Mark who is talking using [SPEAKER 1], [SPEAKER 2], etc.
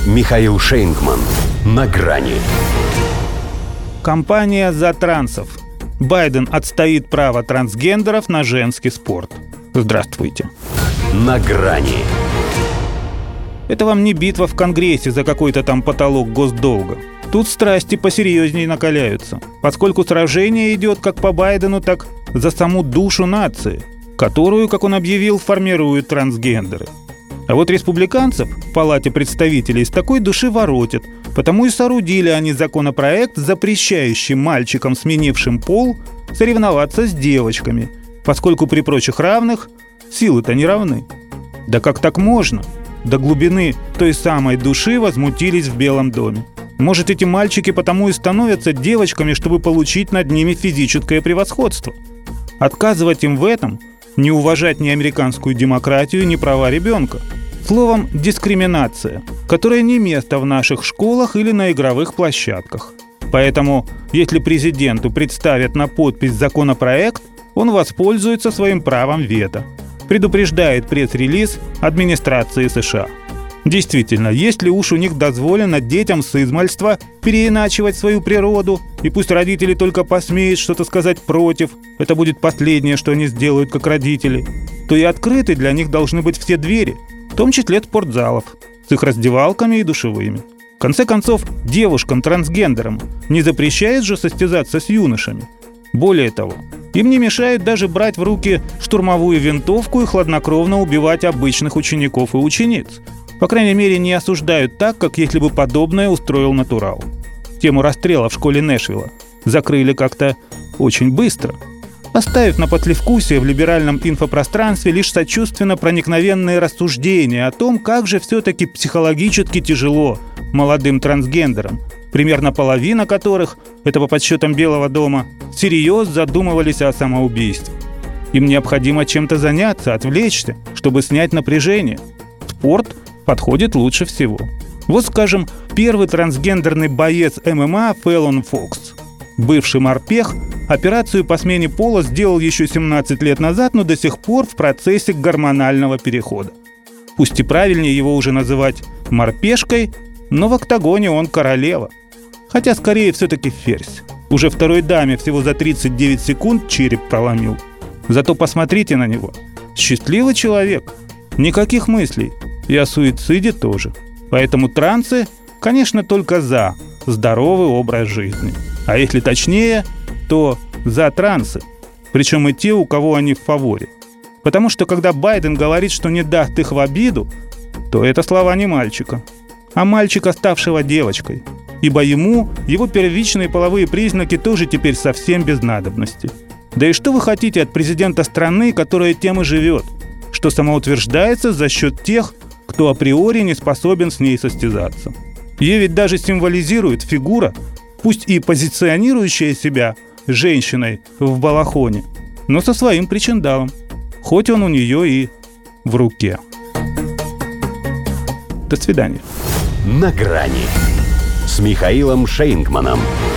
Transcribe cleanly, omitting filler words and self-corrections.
[SPEAKER 1] Михаил Шейнгман. На грани.
[SPEAKER 2] Кампания за трансов. Байден отстоит право трансгендеров на женский спорт. Здравствуйте.
[SPEAKER 1] На грани.
[SPEAKER 2] Это вам не битва в Конгрессе за какой-то там потолок госдолга. Тут страсти посерьезнее накаляются, поскольку сражение идет как по Байдену, так за саму душу нации, которую, как он объявил, формируют трансгендеры. А вот республиканцев в Палате представителей с такой души воротят, потому и соорудили они законопроект, запрещающий мальчикам, сменившим пол, соревноваться с девочками, поскольку при прочих равных силы-то не равны. Да как так можно? До глубины той самой души возмутились в Белом доме. Может, эти мальчики потому и становятся девочками, чтобы получить над ними физическое превосходство? Отказывать им в этом – не уважать ни американскую демократию, ни права ребенка. Словом, дискриминация, которая не место в наших школах или на игровых площадках. Поэтому, если президенту представят на подпись законопроект, он воспользуется своим правом вето, предупреждает пресс-релиз администрации США. Действительно, если уж у них дозволено детям с измальства переиначивать свою природу, и пусть родители только посмеют что-то сказать против, это будет последнее, что они сделают как родители, то и открыты для них должны быть все двери, в том числе спортзалов, с их раздевалками и душевыми. В конце концов, девушкам-трансгендерам не запрещает же состязаться с юношами. Более того, им не мешают даже брать в руки штурмовую винтовку и хладнокровно убивать обычных учеников и учениц. По крайней мере, не осуждают так, как если бы подобное устроил натурал. Тему расстрела в школе Нэшвилла закрыли как-то очень быстро, оставив на послевкусие в либеральном инфопространстве лишь сочувственно проникновенные рассуждения о том, как же все-таки психологически тяжело молодым трансгендерам, примерно половина которых, это по подсчетам Белого дома, всерьез задумывались о самоубийстве. Им необходимо чем-то заняться, отвлечься, чтобы снять напряжение. Спорт подходит лучше всего. Вот, скажем, первый трансгендерный боец ММА Фэллон Фокс. Бывший морпех операцию по смене пола сделал еще 17 лет назад, но до сих пор в процессе гормонального перехода. Пусть и правильнее его уже называть морпешкой, но в октагоне он королева. Хотя скорее все-таки ферзь. Уже второй даме всего за 39 секунд череп проломил. Зато посмотрите на него. Счастливый человек. Никаких мыслей. И о суициде тоже. Поэтому трансы, конечно, только за здоровый образ жизни. А если точнее, то за трансы. Причем и те, у кого они в фаворе. Потому что когда Байден говорит, что не даст их в обиду, то это слова не мальчика, а мальчика, ставшего девочкой. Ибо ему его первичные половые признаки тоже теперь совсем без надобности. Да и что вы хотите от президента страны, которая тем и живет, что самоутверждается за счет тех, кто априори не способен с ней состязаться? Ее ведь даже символизирует фигура, пусть и позиционирующая себя женщиной в балахоне, но со своим причиндалом, хоть он у нее и в руке. До свидания.
[SPEAKER 1] На грани с Михаилом Шейнгманом.